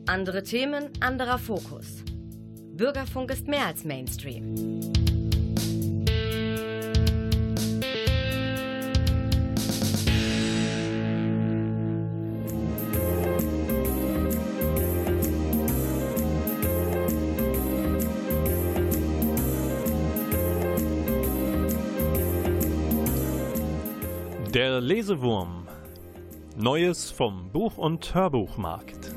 Andere Themen, anderer Fokus. Bürgerfunk ist mehr als Mainstream. Der Lesewurm. Neues vom Buch- und Hörbuchmarkt.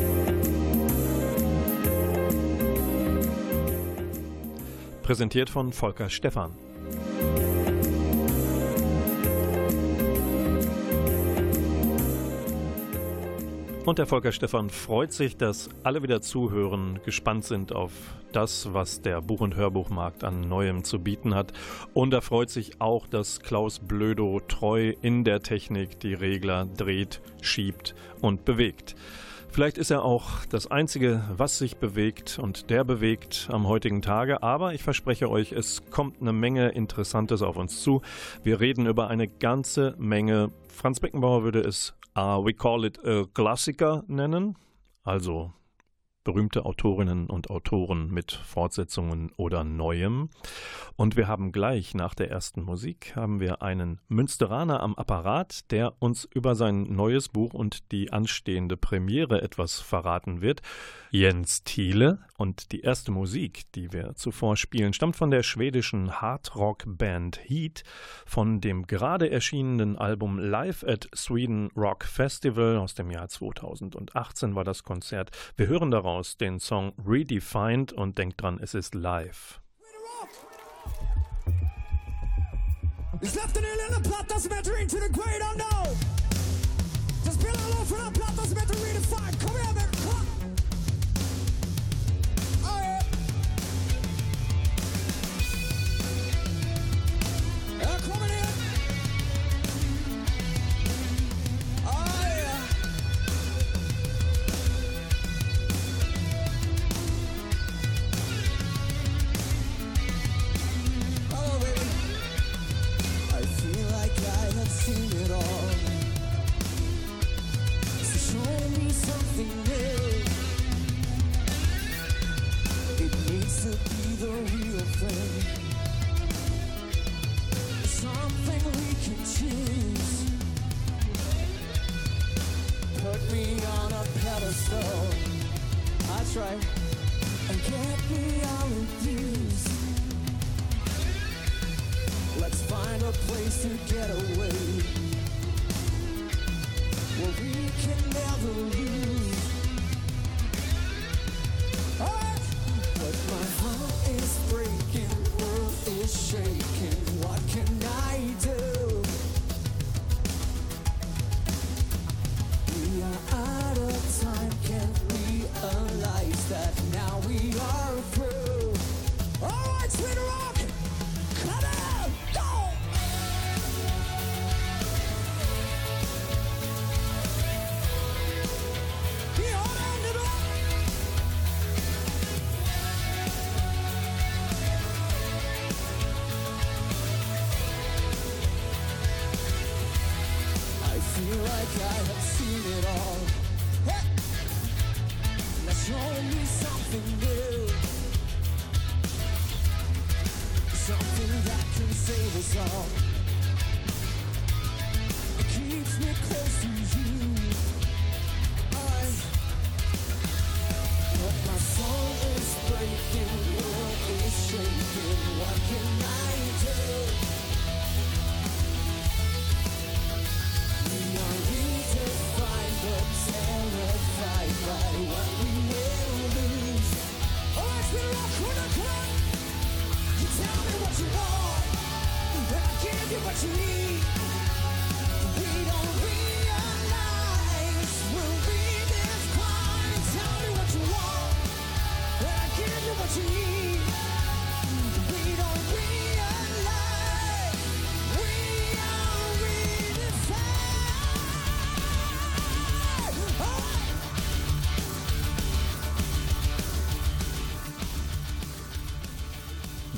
Präsentiert von Volker Stephan. Und der Volker Stephan freut sich, dass alle wieder zuhören, gespannt sind auf das, was der Buch- und Hörbuchmarkt an Neuem zu bieten hat. Und er freut sich auch, dass Klaus Blödo treu in der Technik die Regler dreht, schiebt und bewegt. Vielleicht ist er auch das Einzige, was sich bewegt und der bewegt am heutigen Tage. Aber ich verspreche euch, es kommt eine Menge Interessantes auf uns zu. Wir reden über eine ganze Menge. Franz Beckenbauer würde es we call it a Klassiker nennen, also berühmte Autorinnen und Autoren mit Fortsetzungen oder Neuem. Und wir haben gleich nach der ersten Musik einen Münsteraner am Apparat, der uns über sein neues Buch und die anstehende Premiere etwas verraten wird. Jens Thiele. Und die erste Musik, die wir zuvor spielen, stammt von der schwedischen Hardrock-Band Heat von dem gerade erschienenen Album Live at Sweden Rock Festival aus dem Jahr 2018 war das Konzert. Wir hören daraus den Song Redefined und denkt dran, es ist live. Vi släppte nyligen en platta som heter Into the Great Unknown. Så spelar en låt från den plattan som heter Redefined. Kom igen med, kom! Oh yeah. Jag kommer ner. Oh yeah. Oh baby. I feel like I have seen it all. So show me something new. It needs to be the real thing. Something we can choose. Put me on a pedestal. That's right. And get me all infused. Let's find a place to get away, where we can never lose. Alright. But my heart is breaking, world is shaking. What can I do? We are out of time, can't realize that now we are through. Alright, Sweden Rock, come on, go! Vi har den idag! I feel like I have seen it all. Hey! Now show me something new.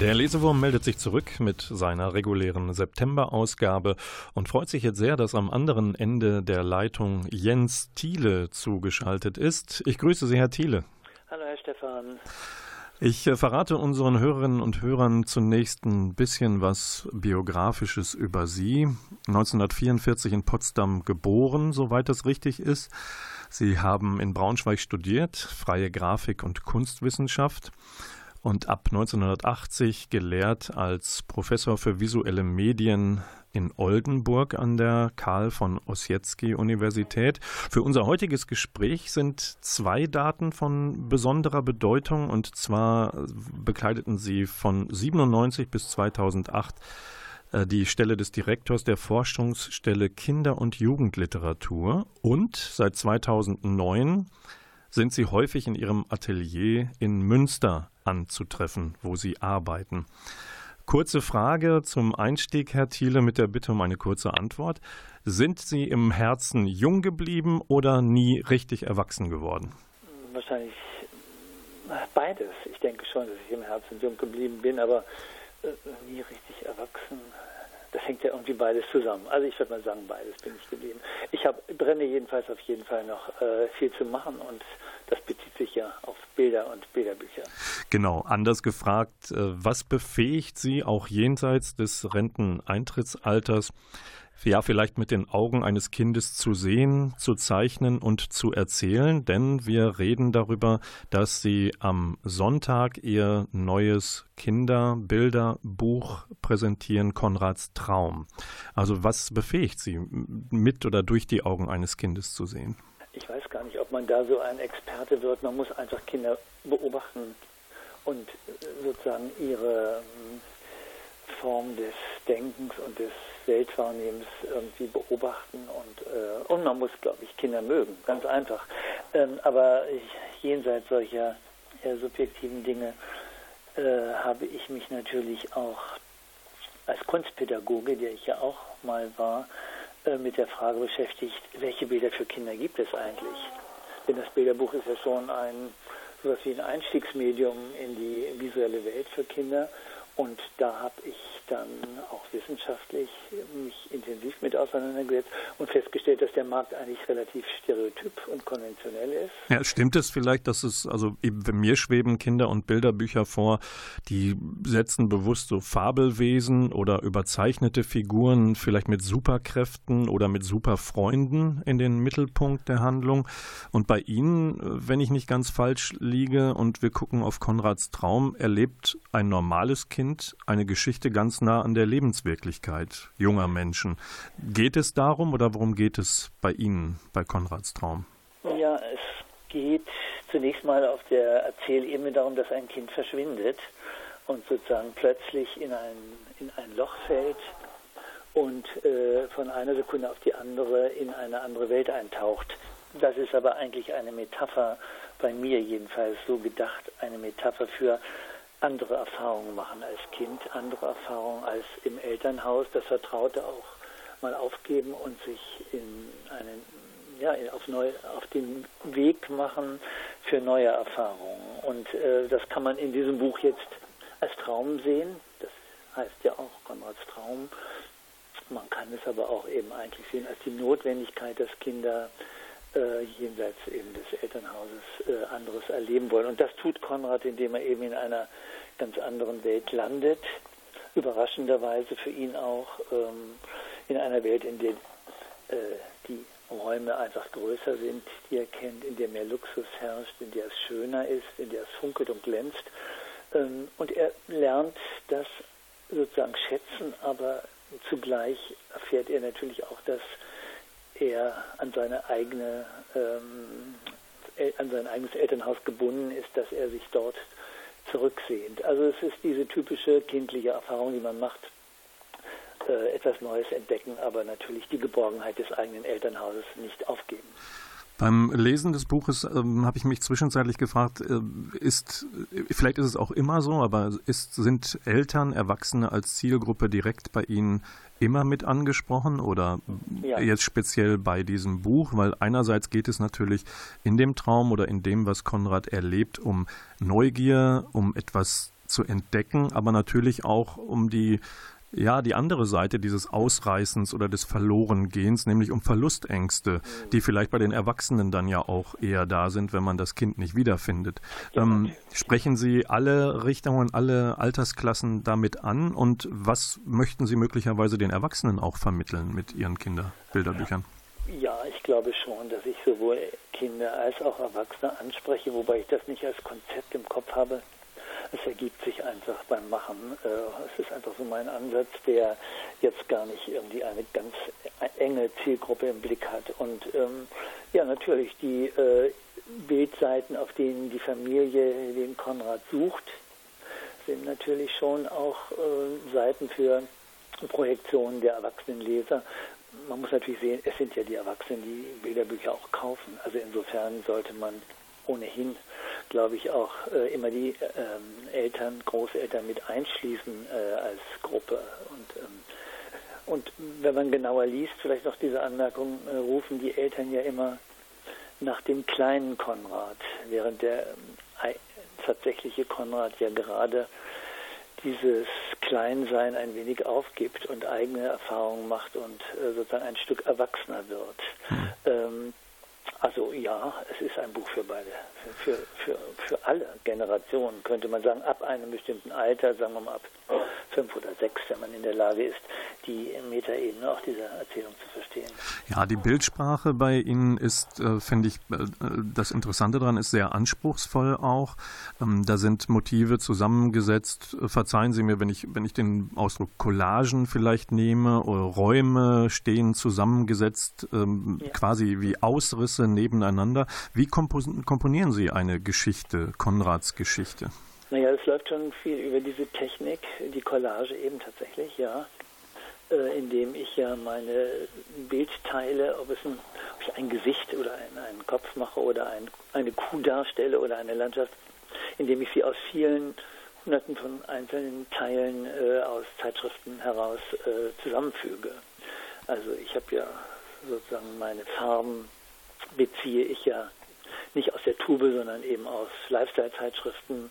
Der Lesewurm meldet sich zurück mit seiner regulären September-Ausgabe und freut sich jetzt sehr, dass am anderen Ende der Leitung Jens Thiele zugeschaltet ist. Ich grüße Sie, Herr Thiele. Hallo, Herr Stefan. Ich verrate unseren Hörerinnen und Hörern zunächst ein bisschen was Biografisches über Sie. 1944 in Potsdam geboren, soweit das richtig ist. Sie haben in Braunschweig studiert, freie Grafik und Kunstwissenschaft und ab 1980 gelehrt als Professor für visuelle Medien in Oldenburg an der Karl von Ossietzky Universität. Für unser heutiges Gespräch sind zwei Daten von besonderer Bedeutung, und zwar bekleideten Sie von 1997 bis 2008 die Stelle des Direktors der Forschungsstelle Kinder- und Jugendliteratur, und seit 2009 sind Sie häufig in Ihrem Atelier in Münster anzutreffen, wo Sie arbeiten. Kurze Frage zum Einstieg, Herr Thiele, mit der Bitte um eine kurze Antwort. Sind Sie im Herzen jung geblieben oder nie richtig erwachsen geworden? Wahrscheinlich beides. Ich denke schon, dass ich im Herzen jung geblieben bin, aber nie richtig erwachsen. Das hängt ja irgendwie beides zusammen. Also ich würde mal sagen, beides bin ich geblieben. Ich brenne jedenfalls auf jeden Fall noch viel zu machen, und das bezieht sich ja auf Bilder und Bilderbücher. Genau, anders gefragt, was befähigt Sie auch jenseits des Renteneintrittsalters, ja, vielleicht mit den Augen eines Kindes zu sehen, zu zeichnen und zu erzählen? Denn wir reden darüber, dass Sie am Sonntag Ihr neues Kinderbilderbuch präsentieren, Konrads Traum. Also was befähigt Sie, mit oder durch die Augen eines Kindes zu sehen? Ich weiß gar nicht, ob man da so ein Experte wird. Man muss einfach Kinder beobachten und sozusagen ihre Form des Denkens und des Weltwahrnehmens irgendwie beobachten, und man muss, glaube ich, Kinder mögen, ganz einfach. Aber jenseits solcher subjektiven Dinge habe ich mich natürlich auch als Kunstpädagoge, der ich ja auch mal war, mit der Frage beschäftigt, welche Bilder für Kinder gibt es eigentlich? Denn das Bilderbuch ist ja schon sowas wie ein Einstiegsmedium in die visuelle Welt für Kinder. Und da habe ich dann auch wissenschaftlich mich intensiv mit auseinandergesetzt und festgestellt, dass der Markt eigentlich relativ stereotyp und konventionell ist. Ja, stimmt es vielleicht, dass also mir schweben Kinder- und Bilderbücher vor, die setzen bewusst so Fabelwesen oder überzeichnete Figuren, vielleicht mit Superkräften oder mit Superfreunden in den Mittelpunkt der Handlung. Und bei Ihnen, wenn ich nicht ganz falsch liege und wir gucken auf Konrads Traum, erlebt ein normales Kind eine Geschichte ganz nah an der Lebenswirklichkeit junger Menschen. Geht es darum oder worum geht es bei Ihnen, bei Konrads Traum? Ja, es geht zunächst mal auf der Erzählebene darum, dass ein Kind verschwindet und sozusagen plötzlich in ein Loch fällt und von einer Sekunde auf die andere in eine andere Welt eintaucht. Das ist aber eigentlich eine Metapher, bei mir jedenfalls so gedacht, eine Metapher für andere Erfahrungen machen als Kind, andere Erfahrungen als im Elternhaus, das Vertraute auch mal aufgeben und sich auf den Weg machen für neue Erfahrungen. Und das kann man in diesem Buch jetzt als Traum sehen. Das heißt ja auch Konrads Traum. Man kann es aber auch eben eigentlich sehen als die Notwendigkeit, dass Kinder jenseits eben des Elternhauses anderes erleben wollen. Und das tut Konrad, indem er eben in einer ganz anderen Welt landet, überraschenderweise für ihn auch, in einer Welt, in der die Räume einfach größer sind, die er kennt, in der mehr Luxus herrscht, in der es schöner ist, in der es funkelt und glänzt. Und er lernt das sozusagen schätzen, aber zugleich erfährt er natürlich auch, dass er an sein eigenes Elternhaus gebunden ist, dass er sich dort zurücksehnt. Also es ist diese typische kindliche Erfahrung, die man macht, etwas Neues entdecken, aber natürlich die Geborgenheit des eigenen Elternhauses nicht aufgeben. Beim Lesen des Buches habe ich mich zwischenzeitlich gefragt, vielleicht ist es auch immer so, aber sind Eltern, Erwachsene als Zielgruppe direkt bei Ihnen immer mit angesprochen oder jetzt speziell bei diesem Buch? Weil einerseits geht es natürlich in dem Traum oder in dem, was Konrad erlebt, um Neugier, um etwas zu entdecken, aber natürlich auch um die andere Seite dieses Ausreißens oder des Verlorengehens, nämlich um Verlustängste, die vielleicht bei den Erwachsenen dann ja auch eher da sind, wenn man das Kind nicht wiederfindet. Sprechen Sie alle Richtungen, alle Altersklassen damit an und was möchten Sie möglicherweise den Erwachsenen auch vermitteln mit Ihren Kinderbilderbüchern? Ja, ich glaube schon, dass ich sowohl Kinder als auch Erwachsene anspreche, wobei ich das nicht als Konzept im Kopf habe. Es ergibt sich einfach beim Machen. Es ist einfach so mein Ansatz, der jetzt gar nicht irgendwie eine ganz enge Zielgruppe im Blick hat. Und natürlich die Bildseiten, auf denen die Familie den Konrad sucht, sind natürlich schon auch Seiten für Projektionen der erwachsenen Leser. Man muss natürlich sehen, es sind ja die Erwachsenen, die Bilderbücher auch kaufen. Also insofern sollte man ohnehin, glaube ich, auch immer die Eltern, Großeltern mit einschließen als Gruppe. Und wenn man genauer liest, vielleicht noch diese Anmerkung, rufen die Eltern ja immer nach dem kleinen Konrad, während der tatsächliche Konrad ja gerade dieses Kleinsein ein wenig aufgibt und eigene Erfahrungen macht und sozusagen ein Stück erwachsener wird. Also ja, es ist ein Buch für beide, für alle Generationen, könnte man sagen, ab einem bestimmten Alter, sagen wir mal ab 5 oder 6, wenn man in der Lage ist, die Metaebene auch dieser Erzählung zu verstehen. Ja, die Bildsprache bei Ihnen ist, finde ich, das Interessante daran ist sehr anspruchsvoll auch. Da sind Motive zusammengesetzt. Verzeihen Sie mir, wenn ich den Ausdruck Collagen vielleicht nehme. Räume stehen zusammengesetzt, quasi wie Ausrisse nebeneinander. Wie komponieren Sie eine Geschichte, Konrads Geschichte? Naja, es läuft schon viel über diese Technik, die Collage eben tatsächlich, ja, indem ich ja meine Bildteile, ob ich ein Gesicht oder einen Kopf mache oder eine Kuh darstelle oder eine Landschaft, indem ich sie aus vielen Hunderten von einzelnen Teilen aus Zeitschriften heraus zusammenfüge. Also ich habe ja sozusagen meine Farben beziehe ich ja nicht aus der Tube, sondern eben aus Lifestyle-Zeitschriften,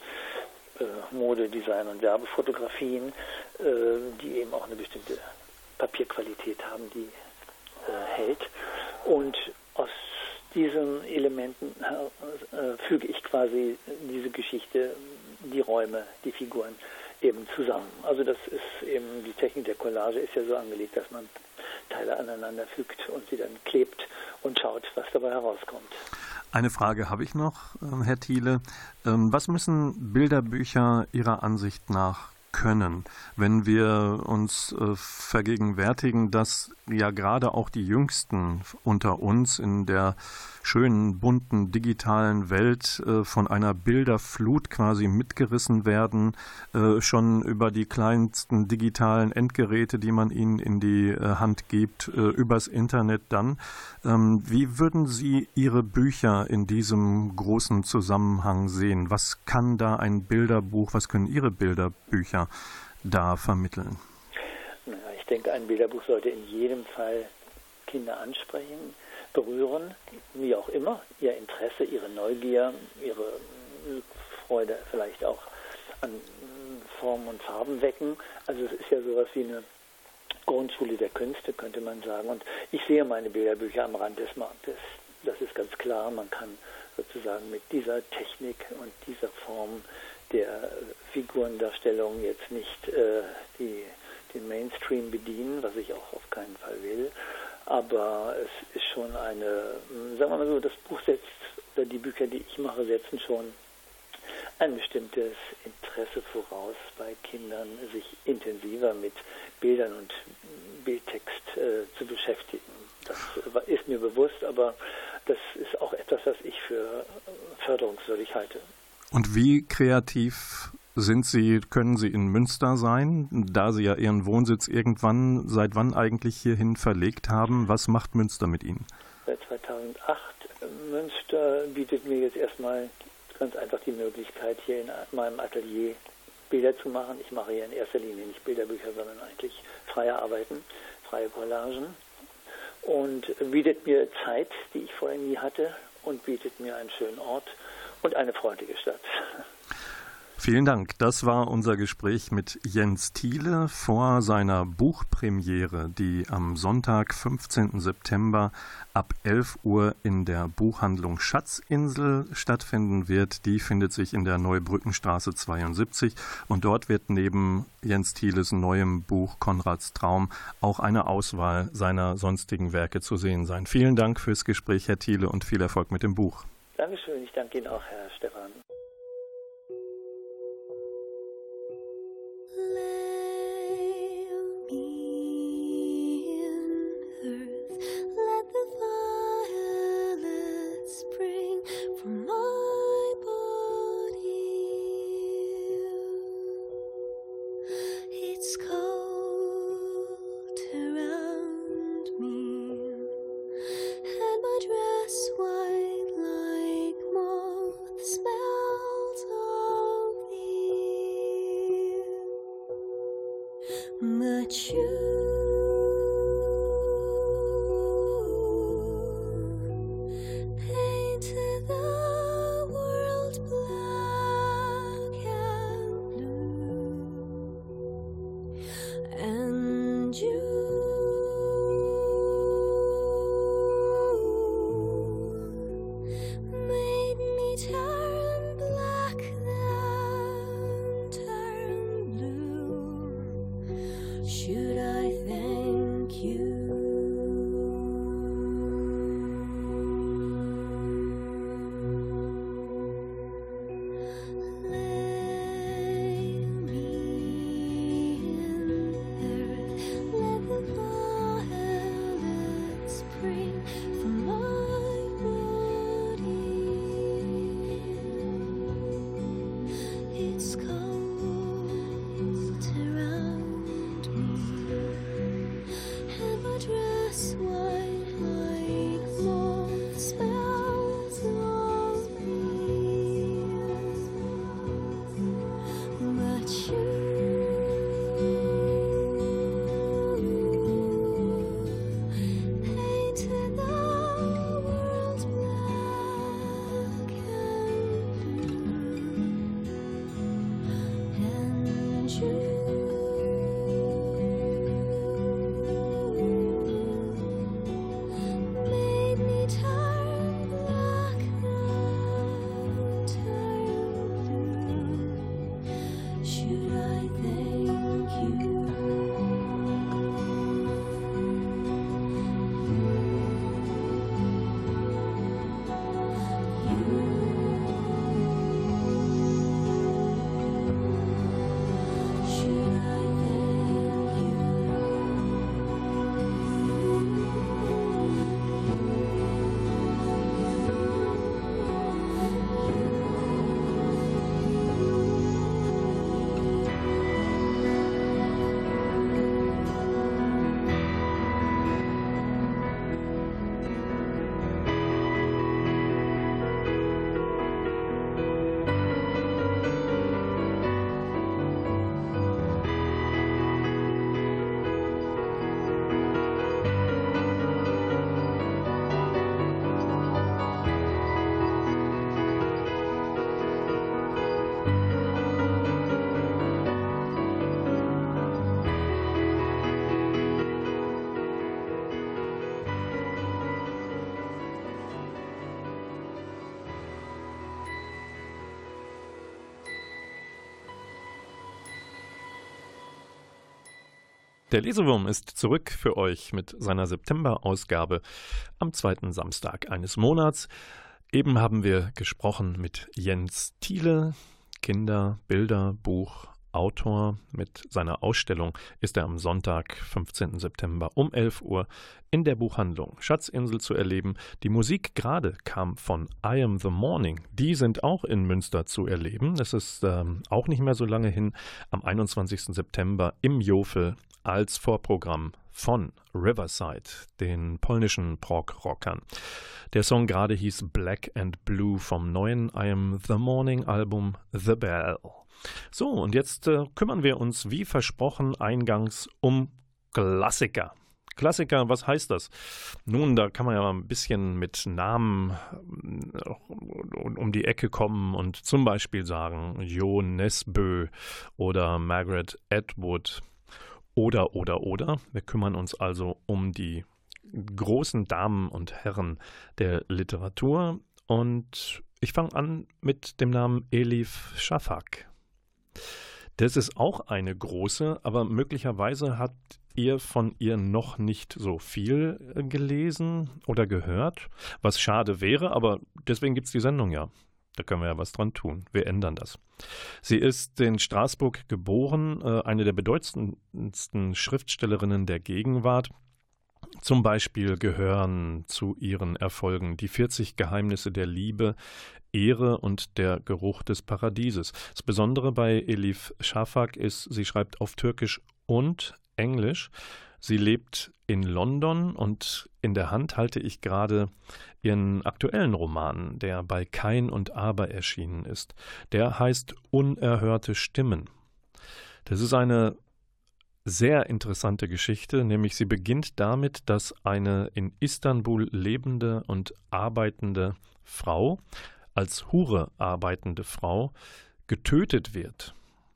Mode, Design und Werbefotografien, die eben auch eine bestimmte Papierqualität haben, die hält. Und aus diesen Elementen füge ich quasi diese Geschichte, die Räume, die Figuren eben zusammen. Also das ist eben, die Technik der Collage ist ja so angelegt, dass man Teile aneinander fügt und sie dann klebt und schaut, was dabei herauskommt. Eine Frage habe ich noch, Herr Thiele. Was müssen Bilderbücher Ihrer Ansicht nach können, wenn wir uns vergegenwärtigen, dass ja gerade auch die Jüngsten unter uns in der schönen, bunten, digitalen Welt von einer Bilderflut quasi mitgerissen werden, schon über die kleinsten digitalen Endgeräte, die man ihnen in die Hand gibt, übers Internet dann. Wie würden Sie Ihre Bücher in diesem großen Zusammenhang sehen? Was kann da ein Bilderbuch, was können Ihre Bilderbücher da vermitteln? Naja, ich denke, ein Bilderbuch sollte in jedem Fall Kinder ansprechen, berühren, wie auch immer, ihr Interesse, ihre Neugier, ihre Freude vielleicht auch an Formen und Farben wecken. Also es ist ja sowas wie eine Grundschule der Künste, könnte man sagen. Und ich sehe meine Bilderbücher am Rand des Marktes. Das ist ganz klar. Man kann sozusagen mit dieser Technik und dieser Form der Figurendarstellung jetzt nicht den Mainstream bedienen, was ich auch auf keinen Fall will. Aber es ist schon sagen wir mal so, das Buch setzt, oder die Bücher, die ich mache, setzen schon ein bestimmtes Interesse voraus bei Kindern, sich intensiver mit Bildern und Bildtext zu beschäftigen. Das ist mir bewusst, aber das ist auch etwas, was ich für förderungswürdig halte. Und wie kreativ können Sie in Münster sein, da Sie ja Ihren Wohnsitz seit wann eigentlich hierhin verlegt haben? Was macht Münster mit Ihnen? Seit 2008. Münster bietet mir jetzt erstmal ganz einfach die Möglichkeit, hier in meinem Atelier Bilder zu machen. Ich mache hier in erster Linie nicht Bilderbücher, sondern eigentlich freie Arbeiten, freie Collagen. Und bietet mir Zeit, die ich vorher nie hatte, und bietet mir einen schönen Ort und eine freundliche Stadt. Vielen Dank. Das war unser Gespräch mit Jens Thiele vor seiner Buchpremiere, die am Sonntag, 15. September ab 11 Uhr in der Buchhandlung Schatzinsel stattfinden wird. Die findet sich in der Neubrückenstraße 72 und dort wird neben Jens Thieles neuem Buch Konrads Traum auch eine Auswahl seiner sonstigen Werke zu sehen sein. Vielen Dank fürs Gespräch, Herr Thiele, und viel Erfolg mit dem Buch. Dankeschön, ich danke Ihnen auch, Herr Stephan. But you painted the world black and blue, and you made me turn black then turn blue. Should I thank you? Lay me in earth, let the violet spring from my body. It's cold around me, and my dress white like moth smells of me. But you painted the world black and blue, and you made me turn black and turn blue. Should I thank you? Should I Der Lesewurm ist zurück für euch mit seiner September-Ausgabe am zweiten Samstag eines Monats. Eben haben wir gesprochen mit Jens Thiele, Kinder-, Bilder-, Buch-, Autor. Mit seiner Ausstellung ist er am Sonntag, 15. September um 11 Uhr in der Buchhandlung Schatzinsel zu erleben. Die Musik gerade kam von I Am The Morning. Die sind auch in Münster zu erleben. Es ist auch nicht mehr so lange hin, am 21. September im Jofel als Vorprogramm von Riverside, den polnischen Prog-Rockern. Der Song gerade hieß Black and Blue vom neuen I Am The Morning Album The Bell. So, und jetzt kümmern wir uns, wie versprochen, eingangs um Klassiker. Klassiker, was heißt das? Nun, da kann man ja mal ein bisschen mit Namen um die Ecke kommen und zum Beispiel sagen Jo Nesbø oder Margaret Atwood oder. Wir kümmern uns also um die großen Damen und Herren der Literatur und ich fange an mit dem Namen Elif Shafak. Das ist auch eine große, aber möglicherweise habt ihr von ihr noch nicht so viel gelesen oder gehört, was schade wäre, aber deswegen gibt es die Sendung ja. Da können wir ja was dran tun. Wir ändern das. Sie ist in Straßburg geboren, eine der bedeutendsten Schriftstellerinnen der Gegenwart. Zum Beispiel gehören zu ihren Erfolgen die 40 Geheimnisse der Liebe, Ehre und der Geruch des Paradieses. Das Besondere bei Elif Shafak ist, sie schreibt auf Türkisch und Englisch. Sie lebt in London und in der Hand halte ich gerade ihren aktuellen Roman, der bei Kein und Aber erschienen ist. Der heißt Unerhörte Stimmen. Das ist eine sehr interessante Geschichte, nämlich sie beginnt damit, dass eine in Istanbul lebende und arbeitende Frau, als Hure arbeitende Frau, getötet wird.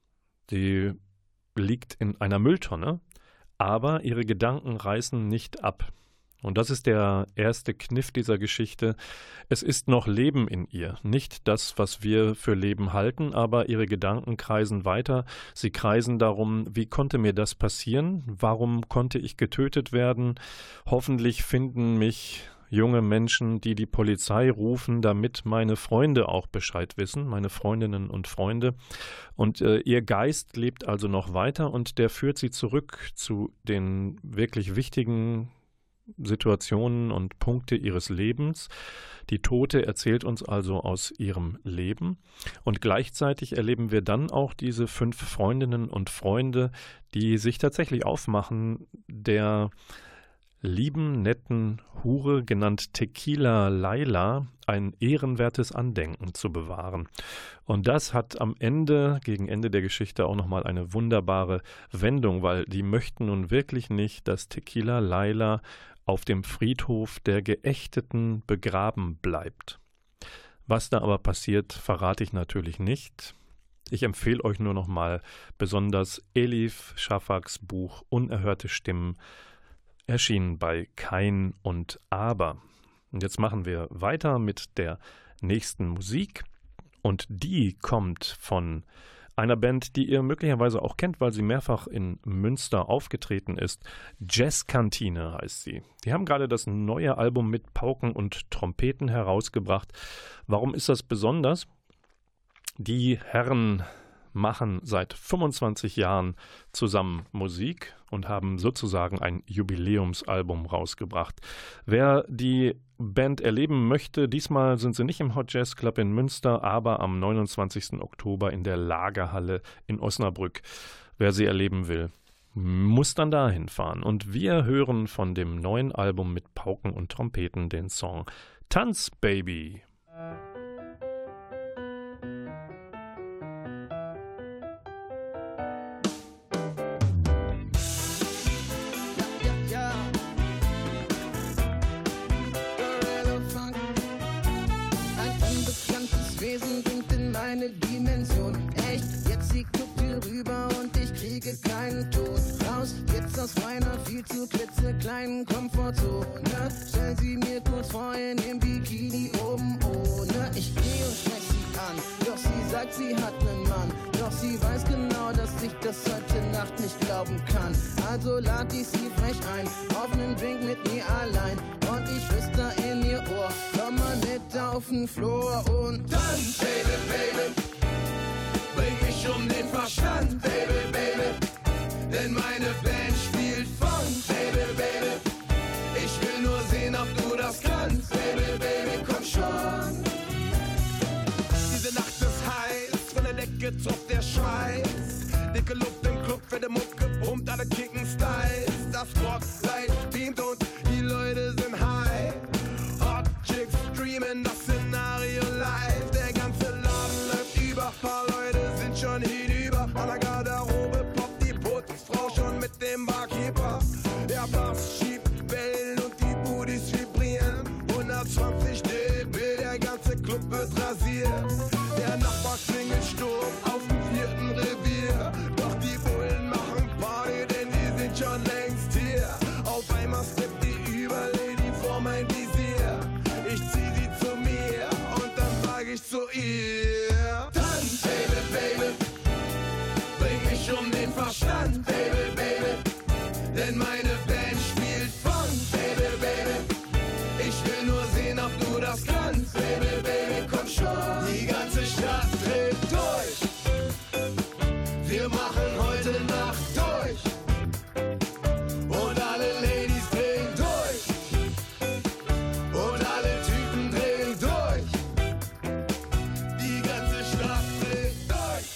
Sie liegt in einer Mülltonne, aber ihre Gedanken reißen nicht ab. Und das ist der erste Kniff dieser Geschichte. Es ist noch Leben in ihr. Nicht das, was wir für Leben halten, aber ihre Gedanken kreisen weiter. Sie kreisen darum, wie konnte mir das passieren? Warum konnte ich getötet werden? Hoffentlich finden mich junge Menschen, die die Polizei rufen, damit meine Freunde auch Bescheid wissen, meine Freundinnen und Freunde. Und ihr Geist lebt also noch weiter und der führt sie zurück zu den wirklich wichtigen Situationen und Punkte ihres Lebens. Die Tote erzählt uns also aus ihrem Leben und gleichzeitig erleben wir dann auch diese 5 Freundinnen und Freunde, die sich tatsächlich aufmachen, der lieben, netten Hure, genannt Tequila Laila, ein ehrenwertes Andenken zu bewahren. Und das hat am Ende, gegen Ende der Geschichte auch nochmal eine wunderbare Wendung, weil die möchten nun wirklich nicht, dass Tequila Laila auf dem Friedhof der Geächteten begraben bleibt. Was da aber passiert, verrate ich natürlich nicht. Ich empfehle euch nur nochmal besonders Elif Shafaks Buch Unerhörte Stimmen, erschienen bei Kein und Aber. Und jetzt machen wir weiter mit der nächsten Musik. Und die kommt von einer Band, die ihr möglicherweise auch kennt, weil sie mehrfach in Münster aufgetreten ist. Jazzkantine heißt sie. Die haben gerade das neue Album mit Pauken und Trompeten herausgebracht. Warum ist das besonders? Die Herren machen seit 25 Jahren zusammen Musik und haben sozusagen ein Jubiläumsalbum rausgebracht. Wer die Band erleben möchte, diesmal sind sie nicht im Hot Jazz Club in Münster, aber am 29. Oktober in der Lagerhalle in Osnabrück. Wer sie erleben will, muss dann dahin fahren. Und wir hören von dem neuen Album mit Pauken und Trompeten den Song Tanz, Baby. Dimension. Echt, jetzt sie guckt hier rüber und ich kriege keinen Ton. Raus, jetzt aus meiner viel zu klitzekleinen Komfortzone. Stell sie mir kurz vor in dem Bikini oben ohne. Ich gehe und sprech sie an, doch sie sagt, sie hat nen Mann. Doch sie weiß genau, dass ich das heute Nacht nicht glauben kann. Also lad ich sie frech ein, auf nen Drink mit mir allein. Und ich flüster in ihr Ohr, komm mal mit auf den Flur und dann, Baby, Baby, bring mich um den Verstand, Baby, Baby, denn meine Band spielt Funk, Baby, Baby, ich will nur sehen, ob du das kannst, Baby, Baby, komm schon. Diese Nacht ist heiß, von der Decke tropft der Schweiß, dicke Luft im Club, fette Mucke, pumpt alle kicken Styles, das Spotlight beamt und die Leute sind high, Hot Chicks streamen das Szenario live, der ganze Laden läuft über, paar Leute sind schon hinüber, an der Garderobe poppt die Putzfrau schon mit dem Barkeeper, der Bass schiebt Club wird rasiert. Der Nachbar klingelt Sturm auf dem 4. Revier. Doch die Bullen machen Party, denn die sind schon längst hier. Auf einmal steppt die Überlady vor mein Visier. Ich zieh sie zu mir und dann sag ich zu ihr: Tanz, Baby, Baby, bring mich um den Verstand, Baby, Baby, denn meine Band spielt Funk, Baby, Baby. Ich will nur sehen, ob du das kannst, Baby, Baby, komm schon. Die ganze Stadt dreht durch. Wir machen heute Nacht durch. Und alle Ladies drehen durch. Und alle Typen drehen durch. Die ganze Stadt dreht durch.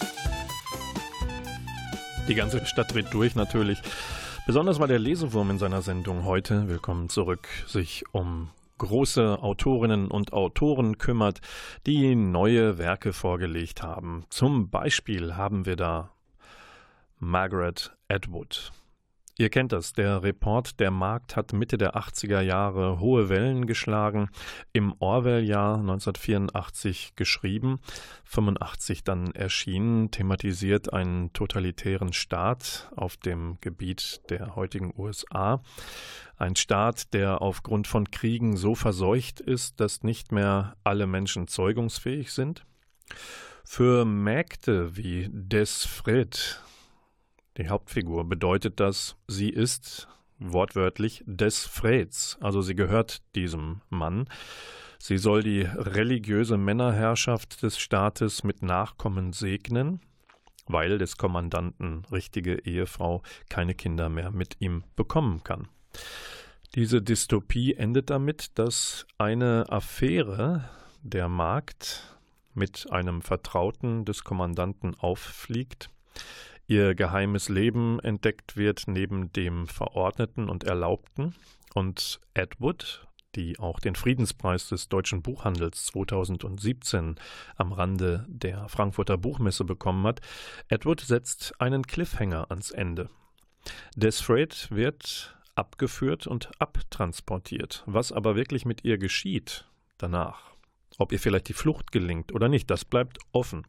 Die ganze Stadt dreht durch natürlich. Besonders weil der Lesewurm in seiner Sendung heute, willkommen zurück, sich um große Autorinnen und Autoren kümmert, die neue Werke vorgelegt haben. Zum Beispiel haben wir da Margaret Atwood. Ihr kennt das, der Report der Markt hat Mitte der 80er Jahre hohe Wellen geschlagen, im Orwell-Jahr 1984 geschrieben, 85 dann erschienen, thematisiert einen totalitären Staat auf dem Gebiet der heutigen USA. Ein Staat, der aufgrund von Kriegen so verseucht ist, dass nicht mehr alle Menschen zeugungsfähig sind. Für Mägde wie Desfred, die Hauptfigur, bedeutet das, sie ist wortwörtlich des Freds, also sie gehört diesem Mann. Sie soll die religiöse Männerherrschaft des Staates mit Nachkommen segnen, weil des Kommandanten richtige Ehefrau keine Kinder mehr mit ihm bekommen kann. Diese Dystopie endet damit, dass eine Affäre der Magd mit einem Vertrauten des Kommandanten auffliegt, ihr geheimes Leben entdeckt wird neben dem Verordneten und Erlaubten und Atwood, die auch den Friedenspreis des deutschen Buchhandels 2017 am Rande der Frankfurter Buchmesse bekommen hat, Atwood setzt einen Cliffhanger ans Ende. Desfred wird abgeführt und abtransportiert. Was aber wirklich mit ihr geschieht danach, ob ihr vielleicht die Flucht gelingt oder nicht, das bleibt offen.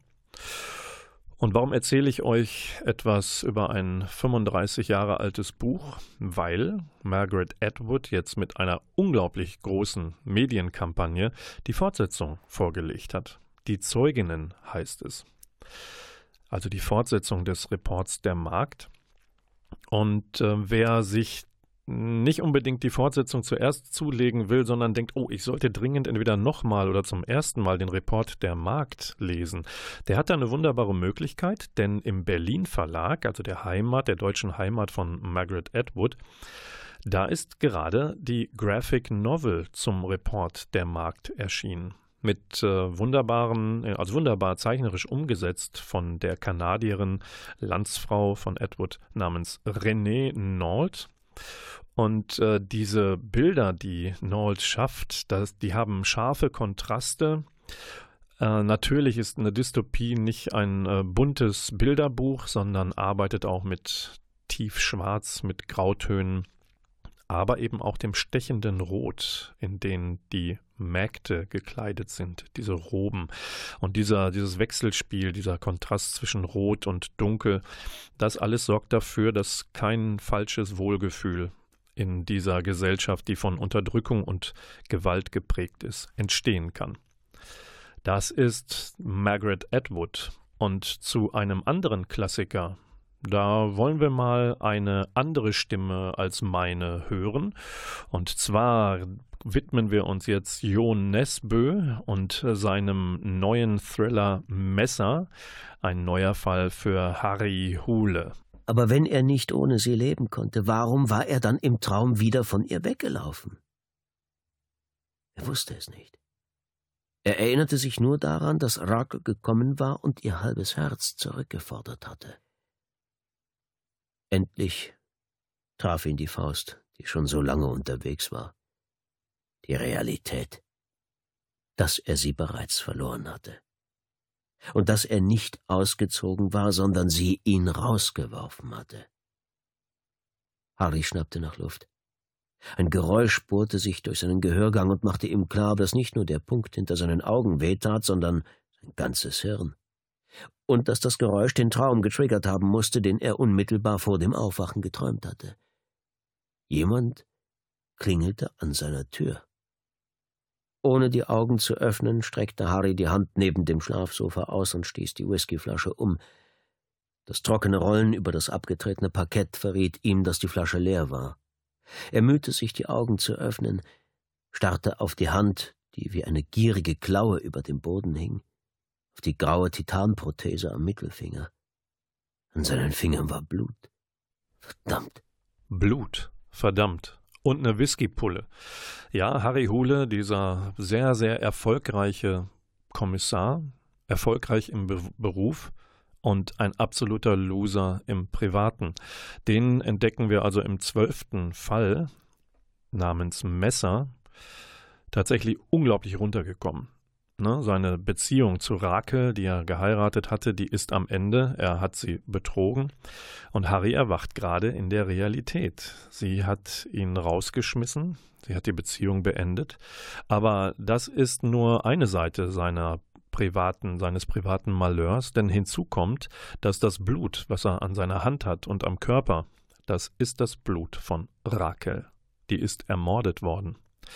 Und warum erzähle ich euch etwas über ein 35 Jahre altes Buch? Weil Margaret Atwood jetzt mit einer unglaublich großen Medienkampagne die Fortsetzung vorgelegt hat. Die Zeuginnen heißt es. Also die Fortsetzung des Reports der Markt. Und wer sich nicht unbedingt die Fortsetzung zuerst zulegen will, sondern denkt, oh, ich sollte dringend entweder nochmal oder zum ersten Mal den Report der Markt lesen. Der hat da eine wunderbare Möglichkeit, denn im Berlin Verlag, also der deutschen Heimat von Margaret Atwood, da ist gerade die Graphic Novel zum Report der Markt erschienen. Mit wunderbar zeichnerisch umgesetzt von der Kanadierin, Landsfrau von Atwood namens Renée Nault. Und diese Bilder, die Nault schafft, die haben scharfe Kontraste. Natürlich ist eine Dystopie nicht ein buntes Bilderbuch, sondern arbeitet auch mit tiefschwarz, mit Grautönen, aber eben auch dem stechenden Rot, in den die Mägde gekleidet sind, diese Roben. Und dieses Wechselspiel, dieser Kontrast zwischen Rot und Dunkel, das alles sorgt dafür, dass kein falsches Wohlgefühl in dieser Gesellschaft, die von Unterdrückung und Gewalt geprägt ist, entstehen kann. Das ist Margaret Atwood. Und zu einem anderen Klassiker, da wollen wir mal eine andere Stimme als meine hören. Und zwar widmen wir uns jetzt Jo Nesbø und seinem neuen Thriller Messer, ein neuer Fall für Harry Hole. Aber wenn er nicht ohne sie leben konnte, warum war er dann im Traum wieder von ihr weggelaufen? Er wusste es nicht. Er erinnerte sich nur daran, dass Rakel gekommen war und ihr halbes Herz zurückgefordert hatte. Endlich traf ihn die Faust, die schon so lange unterwegs war. Die Realität, dass er sie bereits verloren hatte. Und dass er nicht ausgezogen war, sondern sie ihn rausgeworfen hatte. Harry schnappte nach Luft. Ein Geräusch bohrte sich durch seinen Gehörgang und machte ihm klar, dass nicht nur der Punkt hinter seinen Augen wehtat, sondern sein ganzes Hirn. Und dass das Geräusch den Traum getriggert haben musste, den er unmittelbar vor dem Aufwachen geträumt hatte. Jemand klingelte an seiner Tür. Ohne die Augen zu öffnen, streckte Harry die Hand neben dem Schlafsofa aus und stieß die Whiskyflasche um. Das trockene Rollen über das abgetretene Parkett verriet ihm, dass die Flasche leer war. Er mühte sich, die Augen zu öffnen, starrte auf die Hand, die wie eine gierige Klaue über dem Boden hing, auf die graue Titanprothese am Mittelfinger. An seinen Fingern war Blut. Verdammt. Blut, verdammt. Und eine Whiskypulle. Ja, Harry Hole, dieser sehr, sehr erfolgreiche Kommissar, erfolgreich im Beruf und ein absoluter Loser im Privaten. Den entdecken wir also im 12. Fall namens Messer tatsächlich unglaublich runtergekommen. Seine Beziehung zu Rakel, die er geheiratet hatte, die ist am Ende. Er hat sie betrogen. Und Harry erwacht gerade in der Realität. Sie hat ihn rausgeschmissen. Sie hat die Beziehung beendet. Aber das ist nur eine Seite seines privaten Malheurs. Denn hinzu kommt, dass das Blut, was er an seiner Hand hat und am Körper, das ist das Blut von Rakel. Die ist ermordet worden.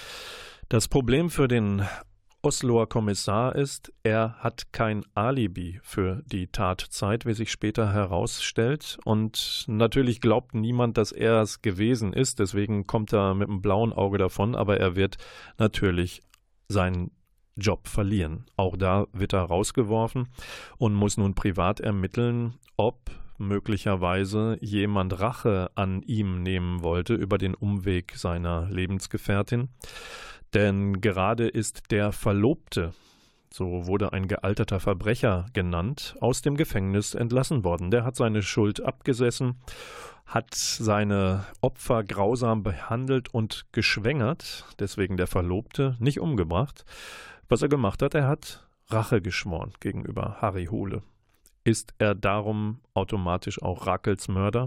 Das Problem für den Osloer Kommissar ist, er hat kein Alibi für die Tatzeit, wie sich später herausstellt. Und natürlich glaubt niemand, dass er es gewesen ist. Deswegen kommt er mit einem blauen Auge davon. Aber er wird natürlich seinen Job verlieren. Auch da wird er rausgeworfen und muss nun privat ermitteln, ob möglicherweise jemand Rache an ihm nehmen wollte über den Umweg seiner Lebensgefährtin. Denn gerade ist der Verlobte, so wurde ein gealterter Verbrecher genannt, aus dem Gefängnis entlassen worden. Der hat seine Schuld abgesessen, hat seine Opfer grausam behandelt und geschwängert, deswegen der Verlobte, nicht umgebracht. Was er gemacht hat, er hat Rache geschworen gegenüber Harry Hole. Ist er darum automatisch auch Rakels Mörder?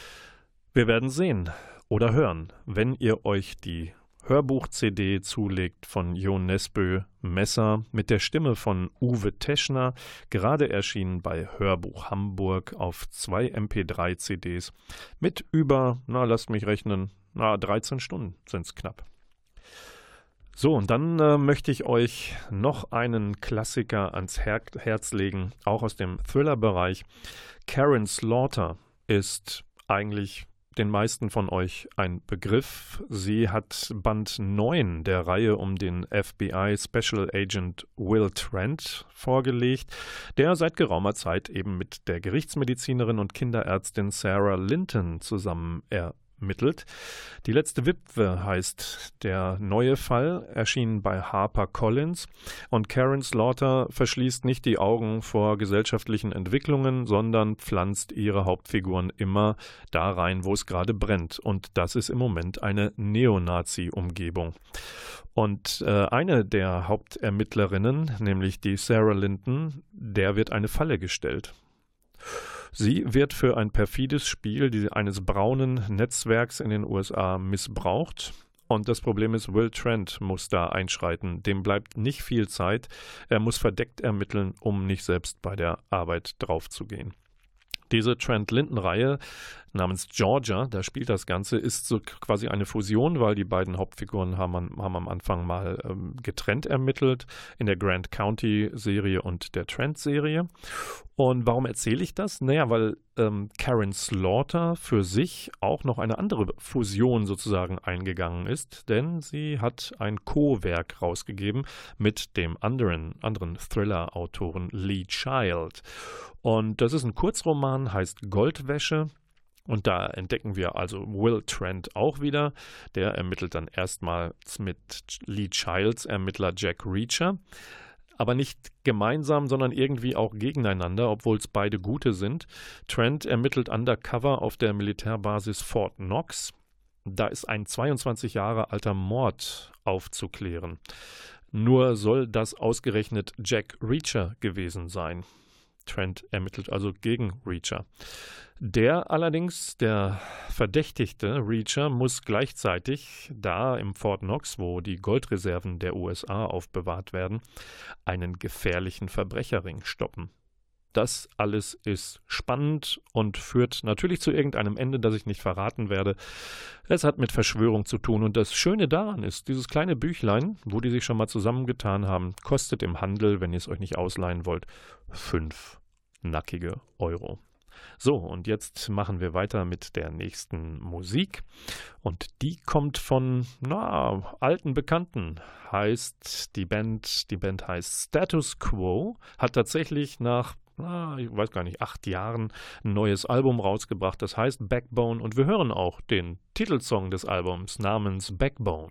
Wir werden sehen oder hören, wenn ihr euch die Hörbuch-CD zulegt von Jo Nesbø, Messer, mit der Stimme von Uwe Teschner, gerade erschienen bei Hörbuch Hamburg auf 2 MP3-CDs mit über, lasst mich rechnen, 13 Stunden sind es knapp. So, und dann möchte ich euch noch einen Klassiker ans Herz legen, auch aus dem Thriller-Bereich. Karen Slaughter ist eigentlich den meisten von euch ein Begriff. Sie hat Band 9 der Reihe um den FBI Special Agent Will Trent vorgelegt, der seit geraumer Zeit eben mit der Gerichtsmedizinerin und Kinderärztin Sarah Linton zusammen ermittelt. Die letzte Witwe heißt der neue Fall, erschienen bei HarperCollins, und Karen Slaughter verschließt nicht die Augen vor gesellschaftlichen Entwicklungen, sondern pflanzt ihre Hauptfiguren immer da rein, wo es gerade brennt, und das ist im Moment eine Neonazi-Umgebung. Und eine der Hauptermittlerinnen, nämlich die Sarah Linton, der wird eine Falle gestellt. Sie wird für ein perfides Spiel eines braunen Netzwerks in den USA missbraucht. Und das Problem ist, Will Trent muss da einschreiten. Dem bleibt nicht viel Zeit. Er muss verdeckt ermitteln, um nicht selbst bei der Arbeit draufzugehen. Diese Trent-Linton-Reihe namens Georgia, da spielt das Ganze, ist so quasi eine Fusion, weil die beiden Hauptfiguren haben am Anfang mal getrennt ermittelt, in der Grant County-Serie und der Trent-Serie. Und warum erzähle ich das? Naja, weil Karen Slaughter für sich auch noch eine andere Fusion sozusagen eingegangen ist, denn sie hat ein Co-Werk rausgegeben mit dem anderen Thriller-Autoren Lee Child. Und das ist ein Kurzroman, heißt Goldwäsche. Und da entdecken wir also Will Trent auch wieder. Der ermittelt dann erstmals mit Lee Childs Ermittler Jack Reacher. Aber nicht gemeinsam, sondern irgendwie auch gegeneinander, obwohl es beide gute sind. Trent ermittelt undercover auf der Militärbasis Fort Knox. Da ist ein 22 Jahre alter Mord aufzuklären. Nur soll das ausgerechnet Jack Reacher gewesen sein. Trent ermittelt also gegen Reacher. Der allerdings, der verdächtigte Reacher, muss gleichzeitig da im Fort Knox, wo die Goldreserven der USA aufbewahrt werden, einen gefährlichen Verbrecherring stoppen. Das alles ist spannend und führt natürlich zu irgendeinem Ende, das ich nicht verraten werde. Es hat mit Verschwörung zu tun und das Schöne daran ist, dieses kleine Büchlein, wo die sich schon mal zusammengetan haben, kostet im Handel, wenn ihr es euch nicht ausleihen wollt, 5 nackige Euro. So, und jetzt machen wir weiter mit der nächsten Musik. Und die kommt von, alten Bekannten. Die Band heißt Status Quo, hat tatsächlich nach, ich weiß gar nicht, 8 Jahren ein neues Album rausgebracht. Das heißt Backbone. Und wir hören auch den Titelsong des Albums namens Backbone.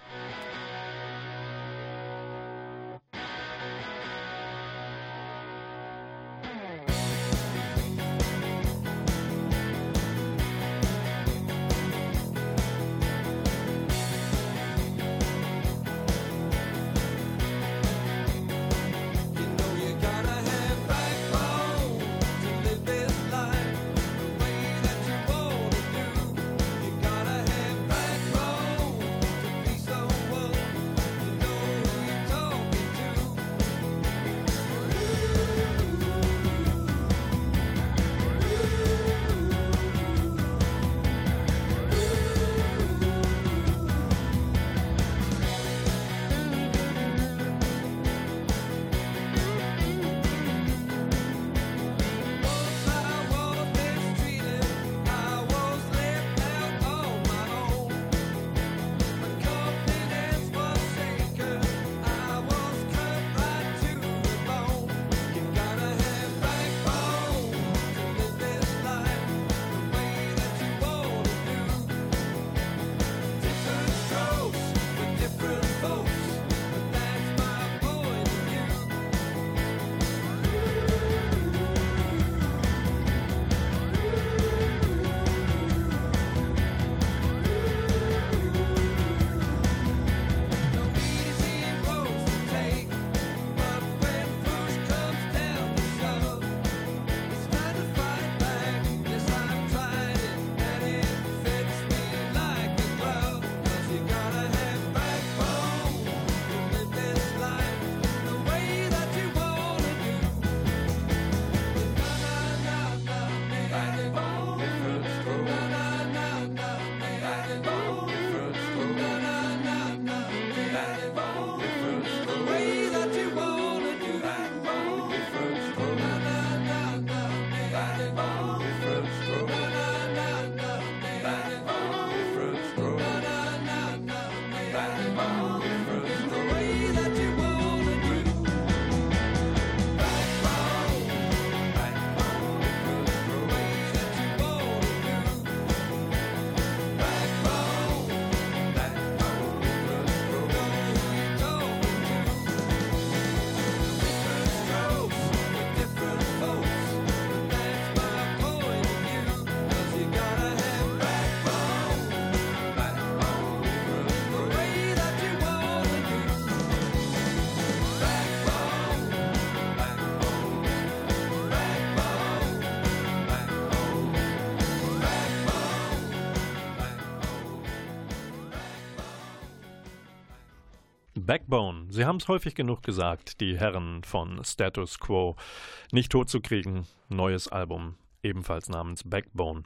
Backbone. Sie haben es häufig genug gesagt, die Herren von Status Quo. Nicht tot zu kriegen. Neues Album, ebenfalls namens Backbone.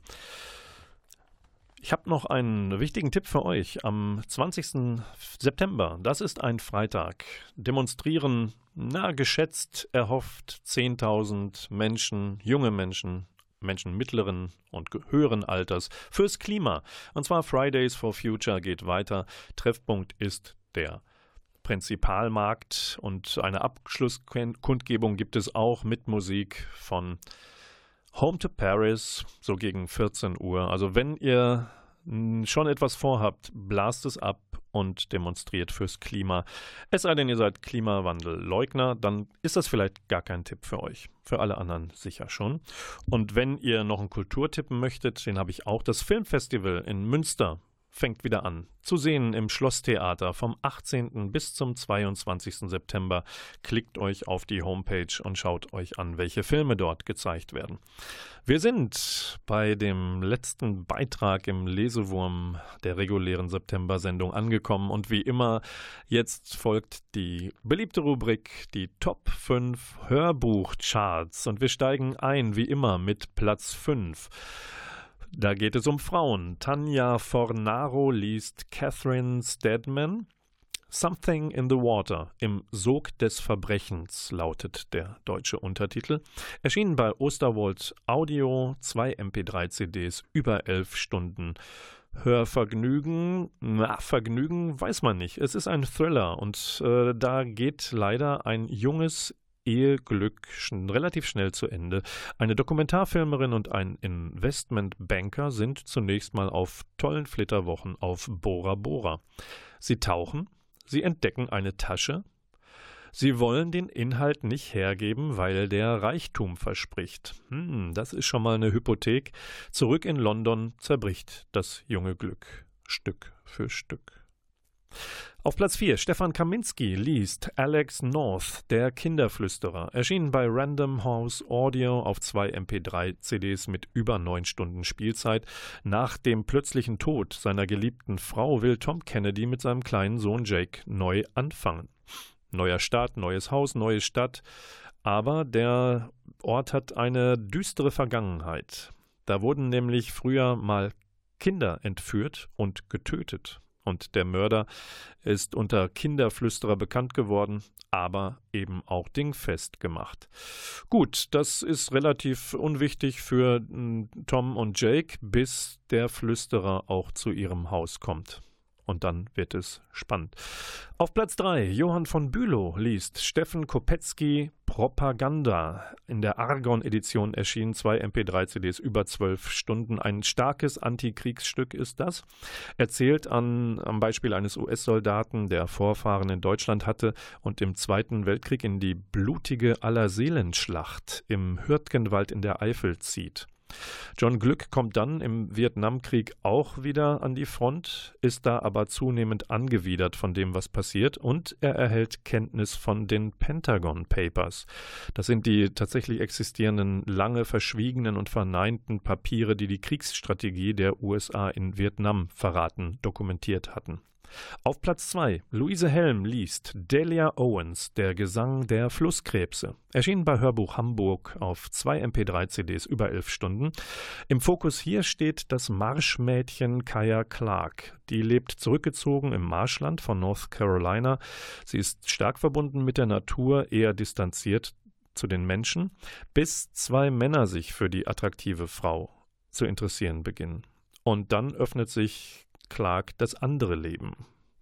Ich habe noch einen wichtigen Tipp für euch. Am 20. September, das ist ein Freitag, demonstrieren, geschätzt, erhofft 10.000 Menschen, junge Menschen, Menschen mittleren und höheren Alters fürs Klima. Und zwar Fridays for Future geht weiter. Treffpunkt ist der Prinzipalmarkt und eine Abschlusskundgebung gibt es auch mit Musik von Home to Paris, so gegen 14 Uhr. Also wenn ihr schon etwas vorhabt, blast es ab und demonstriert fürs Klima. Es sei denn, ihr seid Klimawandelleugner, dann ist das vielleicht gar kein Tipp für euch. Für alle anderen sicher schon. Und wenn ihr noch einen Kulturtipp möchtet, den habe ich auch. Das Filmfestival in Münster fängt wieder an. Zu sehen im Schlosstheater vom 18. bis zum 22. September. Klickt euch auf die Homepage und schaut euch an, welche Filme dort gezeigt werden. Wir sind bei dem letzten Beitrag im Lesewurm der regulären September-Sendung angekommen und wie immer, jetzt folgt die beliebte Rubrik, die Top 5 Hörbuchcharts und wir steigen ein, wie immer, mit Platz 5. Da geht es um Frauen. Tanja Fornaro liest Catherine Steadman. Something in the Water, im Sog des Verbrechens, lautet der deutsche Untertitel. Erschienen bei Osterwold Audio, 2 MP3-CDs, über 11 Stunden. Hörvergnügen, Vergnügen weiß man nicht. Es ist ein Thriller und da geht leider ein junges Eheglück relativ schnell zu Ende. Eine Dokumentarfilmerin und ein Investmentbanker sind zunächst mal auf tollen Flitterwochen auf Bora Bora. Sie tauchen, sie entdecken eine Tasche. Sie wollen den Inhalt nicht hergeben, weil der Reichtum verspricht. Das ist schon mal eine Hypothek. Zurück in London zerbricht das junge Glück Stück für Stück. Auf Platz 4, Stefan Kaminski liest Alex North, der Kinderflüsterer, erschienen bei Random House Audio auf 2 MP3-CDs mit über 9 Stunden Spielzeit. Nach dem plötzlichen Tod seiner geliebten Frau will Tom Kennedy mit seinem kleinen Sohn Jake neu anfangen. Neuer Start, neues Haus, neue Stadt, aber der Ort hat eine düstere Vergangenheit. Da wurden nämlich früher mal Kinder entführt und getötet. Und der Mörder ist unter Kinderflüsterer bekannt geworden, aber eben auch dingfest gemacht. Gut, das ist relativ unwichtig für Tom und Jake, bis der Flüsterer auch zu ihrem Haus kommt. Und dann wird es spannend. Auf Platz 3, Johann von Bülow liest Steffen Kopetzky Propaganda. In der Argon-Edition erschienen 2 MP3-CDs über 12 Stunden. Ein starkes Antikriegsstück ist das. Erzählt am Beispiel eines US-Soldaten, der Vorfahren in Deutschland hatte und im Zweiten Weltkrieg in die blutige Allerseelenschlacht im Hürtgenwald in der Eifel zieht. John Glück kommt dann im Vietnamkrieg auch wieder an die Front, ist da aber zunehmend angewidert von dem, was passiert, und er erhält Kenntnis von den Pentagon Papers. Das sind die tatsächlich existierenden, lange verschwiegenen und verneinten Papiere, die die Kriegsstrategie der USA in Vietnam verraten, dokumentiert hatten. Auf Platz 2, Luise Helm liest Delia Owens, der Gesang der Flusskrebse. Erschienen bei Hörbuch Hamburg auf 2 MP3-CDs über 11 Stunden. Im Fokus hier steht das Marschmädchen Kaya Clark. Die lebt zurückgezogen im Marschland von North Carolina. Sie ist stark verbunden mit der Natur, eher distanziert zu den Menschen, bis 2 Männer sich für die attraktive Frau zu interessieren beginnen. Und dann öffnet sich Clark das andere Leben.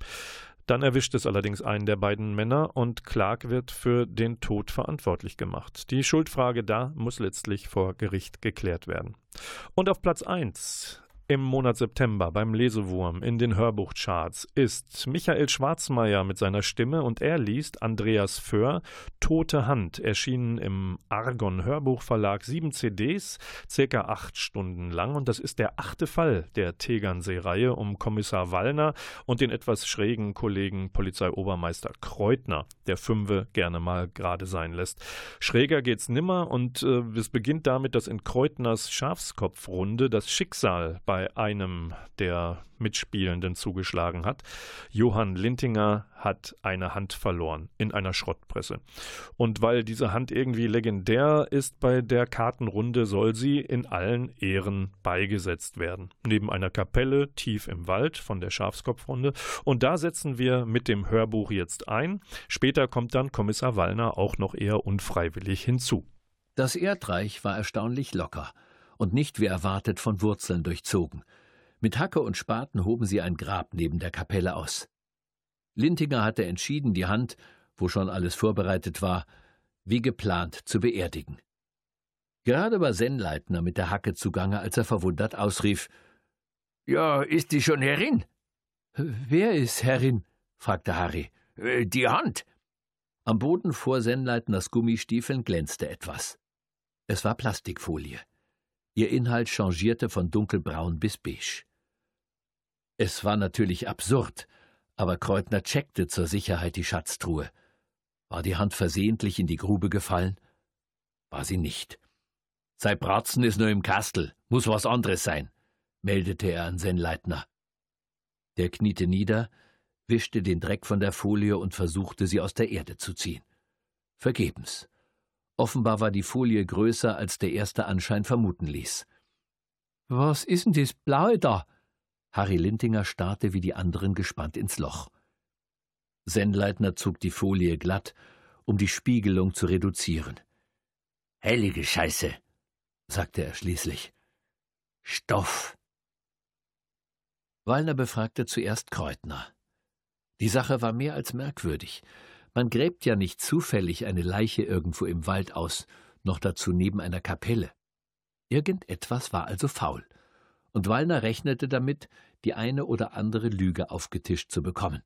Dann erwischt es allerdings einen der beiden Männer und Clark wird für den Tod verantwortlich gemacht. Die Schuldfrage da muss letztlich vor Gericht geklärt werden. Und auf Platz 1 im Monat September beim Lesewurm in den Hörbuchcharts ist Michael Schwarzmeier mit seiner Stimme und er liest Andreas Föhr, Tote Hand, erschienen im Argon Hörbuchverlag, 7 CDs, circa 8 Stunden lang, und das ist der 8. Fall der Tegernsee-Reihe um Kommissar Wallner und den etwas schrägen Kollegen Polizeiobermeister Kreutner, der 5 gerne mal gerade sein lässt. Schräger geht's nimmer und es beginnt damit, dass in Kreutners Schafskopfrunde das Schicksal bei einem der Mitspielenden zugeschlagen hat. Johann Lintinger hat eine Hand verloren in einer Schrottpresse. Und weil diese Hand irgendwie legendär ist bei der Kartenrunde, soll sie in allen Ehren beigesetzt werden. Neben einer Kapelle tief im Wald von der Schafskopfrunde. Und da setzen wir mit dem Hörbuch jetzt ein. Später kommt dann Kommissar Wallner auch noch eher unfreiwillig hinzu. Das Erdreich war erstaunlich locker und nicht wie erwartet von Wurzeln durchzogen. Mit Hacke und Spaten hoben sie ein Grab neben der Kapelle aus. Lintinger hatte entschieden, die Hand, wo schon alles vorbereitet war, wie geplant zu beerdigen. Gerade war Sennleitner mit der Hacke zugange, als er verwundert ausrief: »Ja, ist die schon herin?« »Wer ist Herrin?« fragte Harry. »Die Hand.« Am Boden vor Sennleitners Gummistiefeln glänzte etwas. Es war Plastikfolie. Ihr Inhalt changierte von dunkelbraun bis beige. Es war natürlich absurd, aber Kreutner checkte zur Sicherheit die Schatztruhe. War die Hand versehentlich in die Grube gefallen? War sie nicht. »Sei Bratzen ist nur im Kastel, muss was anderes sein«, meldete er an Sennleitner. Der kniete nieder, wischte den Dreck von der Folie und versuchte, sie aus der Erde zu ziehen. Vergebens. Offenbar war die Folie größer, als der erste Anschein vermuten ließ. »Was ist denn das Blaue da?« Harry Lintinger starrte wie die anderen gespannt ins Loch. Sennleitner zog die Folie glatt, um die Spiegelung zu reduzieren. »Heilige Scheiße«, sagte er schließlich. »Stoff.« Wallner befragte zuerst Kreutner. Die Sache war mehr als merkwürdig. Man gräbt ja nicht zufällig eine Leiche irgendwo im Wald aus, noch dazu neben einer Kapelle. Irgendetwas war also faul, und Wallner rechnete damit, die eine oder andere Lüge aufgetischt zu bekommen.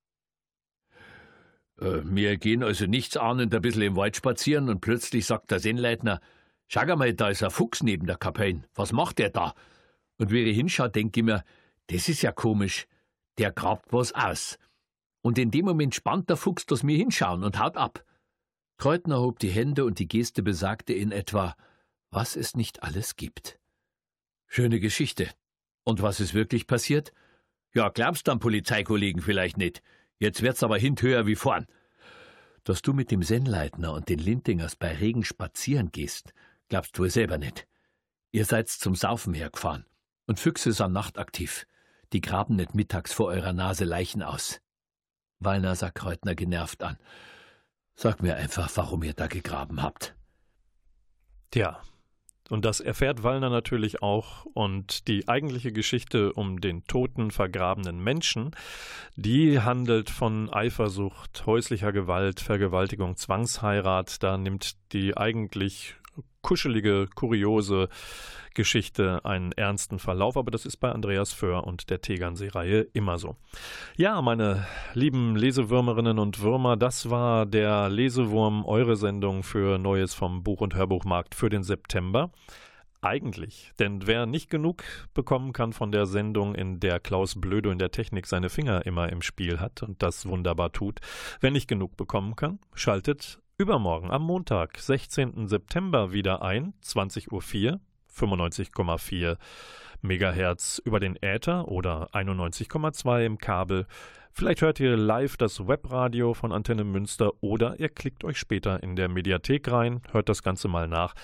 Wir gehen also nichtsahnend ein bisschen im Wald spazieren und plötzlich sagt der Sennleitner, »Schau mal, da ist ein Fuchs neben der Kapelle. Was macht der da?« Und wie ich hinschaue, denke ich mir, das ist ja komisch, der grabt was aus. Und in dem Moment spannt der Fuchs, dass wir hinschauen und haut ab. Kreutner hob die Hände und die Geste besagte in etwa, was es nicht alles gibt. Schöne Geschichte. Und was ist wirklich passiert? Ja, glaubst du am Polizeikollegen vielleicht nicht. Jetzt wird's aber hinhöher wie vorn. Dass du mit dem Sennleitner und den Lintingers bei Regen spazieren gehst, glaubst du wohl selber nicht. Ihr seid zum Saufen hergefahren. Und Füchse sind nachtaktiv. Die graben nicht mittags vor eurer Nase Leichen aus. Wallner sah Kreutner genervt an. Sag mir einfach, warum ihr da gegraben habt. Tja, und das erfährt Wallner natürlich auch. Und die eigentliche Geschichte um den toten, vergrabenen Menschen, die handelt von Eifersucht, häuslicher Gewalt, Vergewaltigung, Zwangsheirat. Da nimmt die eigentlich kuschelige, kuriose Geschichte einen ernsten Verlauf, aber das ist bei Andreas Föhr und der Tegernsee-Reihe immer so. Ja, meine lieben Lesewürmerinnen und Würmer, das war der Lesewurm, eure Sendung für Neues vom Buch- und Hörbuchmarkt für den September. Eigentlich, denn wer nicht genug bekommen kann von der Sendung, in der Klaus Blödo in der Technik seine Finger immer im Spiel hat und das wunderbar tut, wer nicht genug bekommen kann, schaltet übermorgen am Montag, 16. September wieder ein, 20.04 Uhr, 95,4 Megahertz über den Äther oder 91,2 im Kabel. Vielleicht hört ihr live das Webradio von Antenne Münster oder ihr klickt euch später in der Mediathek rein, hört das Ganze mal nach.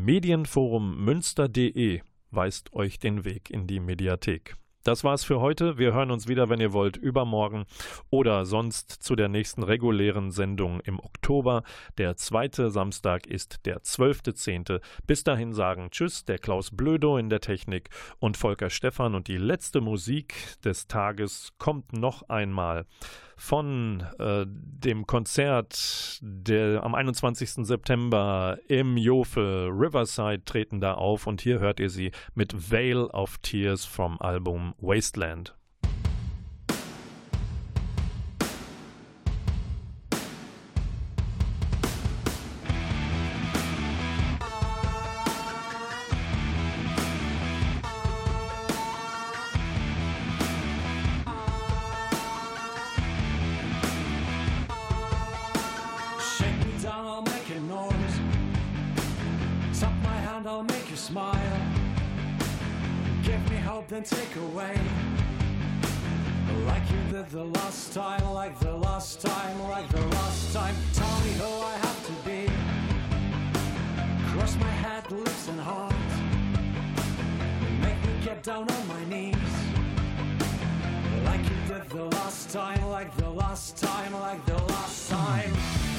Medienforummünster.de weist euch den Weg in die Mediathek. Das war's für heute. Wir hören uns wieder, wenn ihr wollt, übermorgen oder sonst zu der nächsten regulären Sendung im Oktober. Der 2. Samstag ist der 12.10. Bis dahin sagen Tschüss, der Klaus Blödo in der Technik und Volker Stephan. Und die letzte Musik des Tages kommt noch einmal von dem Konzert am 21. September im Jofel. Riverside treten da auf und hier hört ihr sie mit Vale of Tears vom Album Wasteland. Then take away, like you did the last time, like the last time, like the last time. Tell me who I have to be. Cross my head, lips and heart. Make me get down on my knees, like you did the last time, like the last time, like the last time.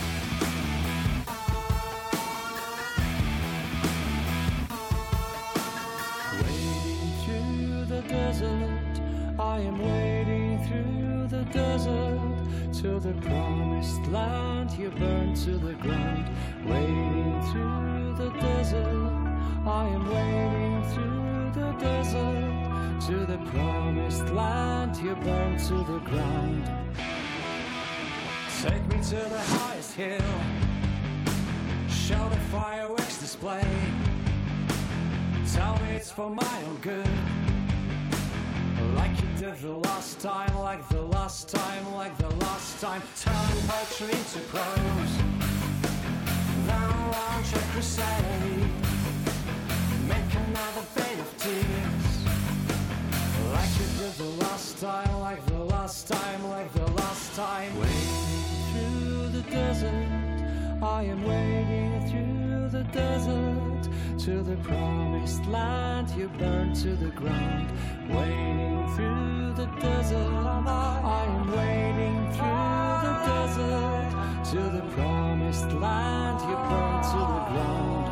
Desert, I am wading through the desert to the promised land. You burn to the ground. Wading through the desert, I am wading through the desert to the promised land. You burn to the ground. Take me to the highest hill, show the fireworks display. Tell me it's for my own good, like you did the last time, like the last time, like the last time. Turn poetry into prose, then launch a crusade. Make another bed of tears, like you did the last time, like the last time, like the last time. Wading through the desert, I am wading through the desert to the promised land you burned to the ground. Wading through the desert, I am wading through the desert to the promised land you burned to the ground.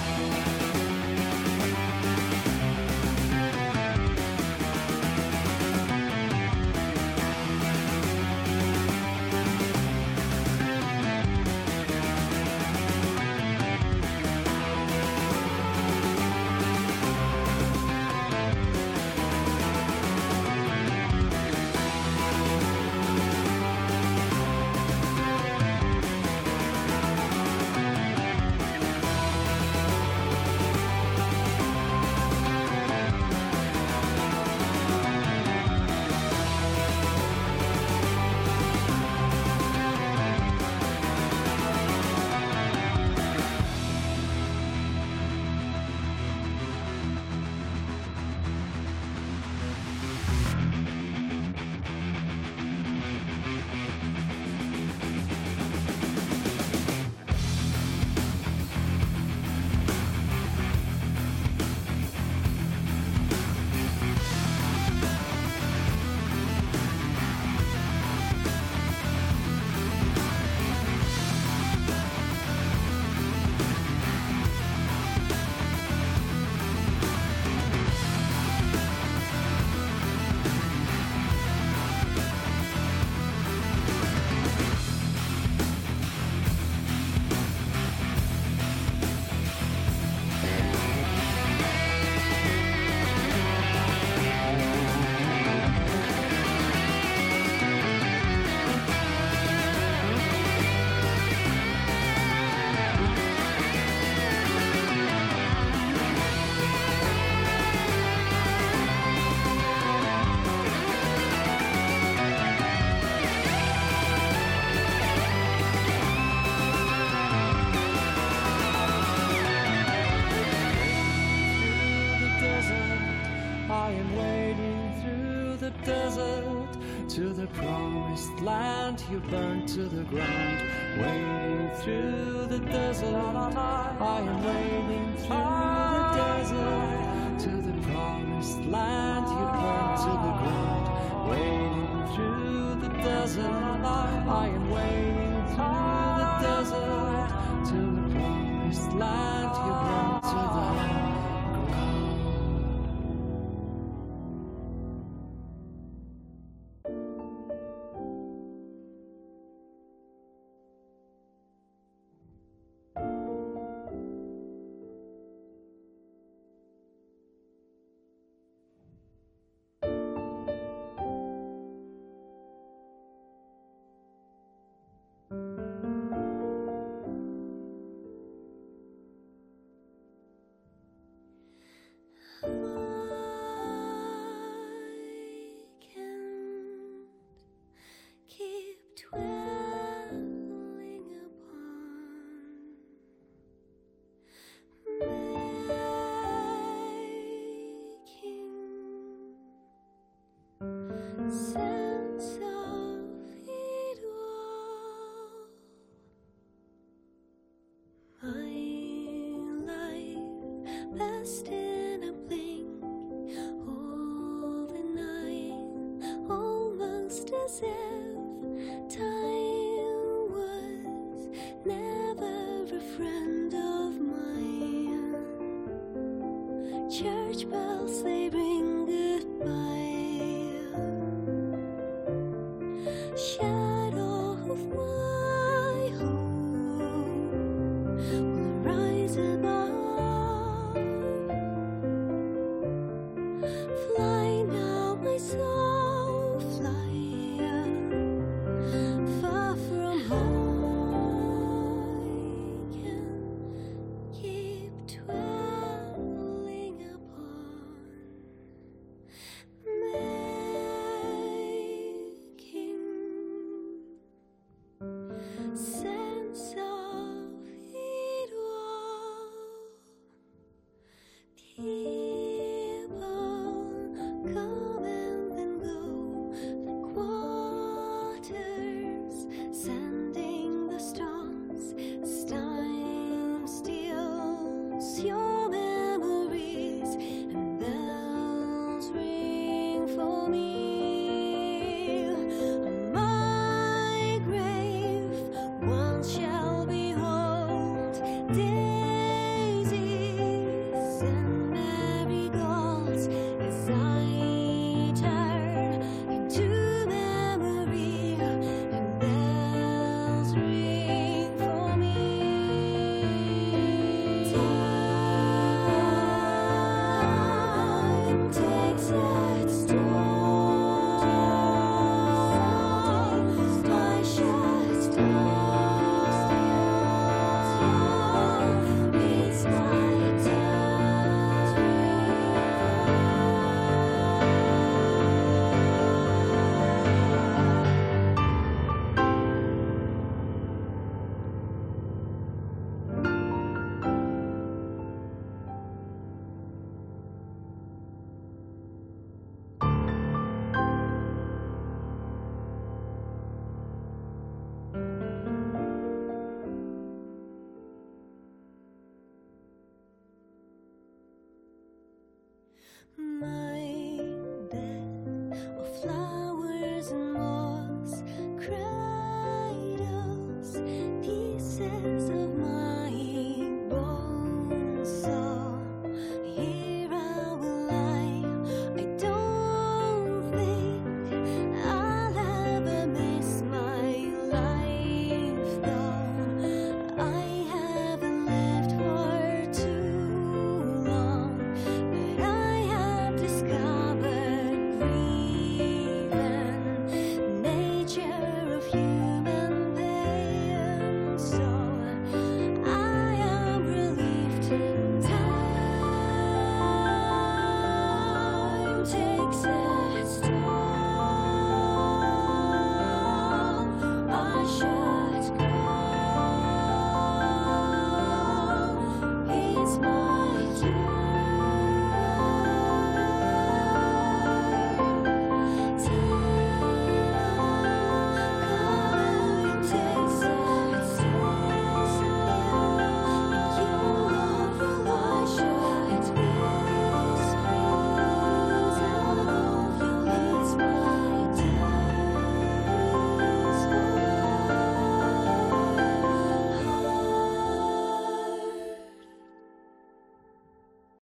To the promised land you burned to the ground. Wading through the desert, I am wading through the desert to the promised land you burned to the ground. Wading through the desert, I am wading through the desert to the promised land you burned to the ground. Church bells.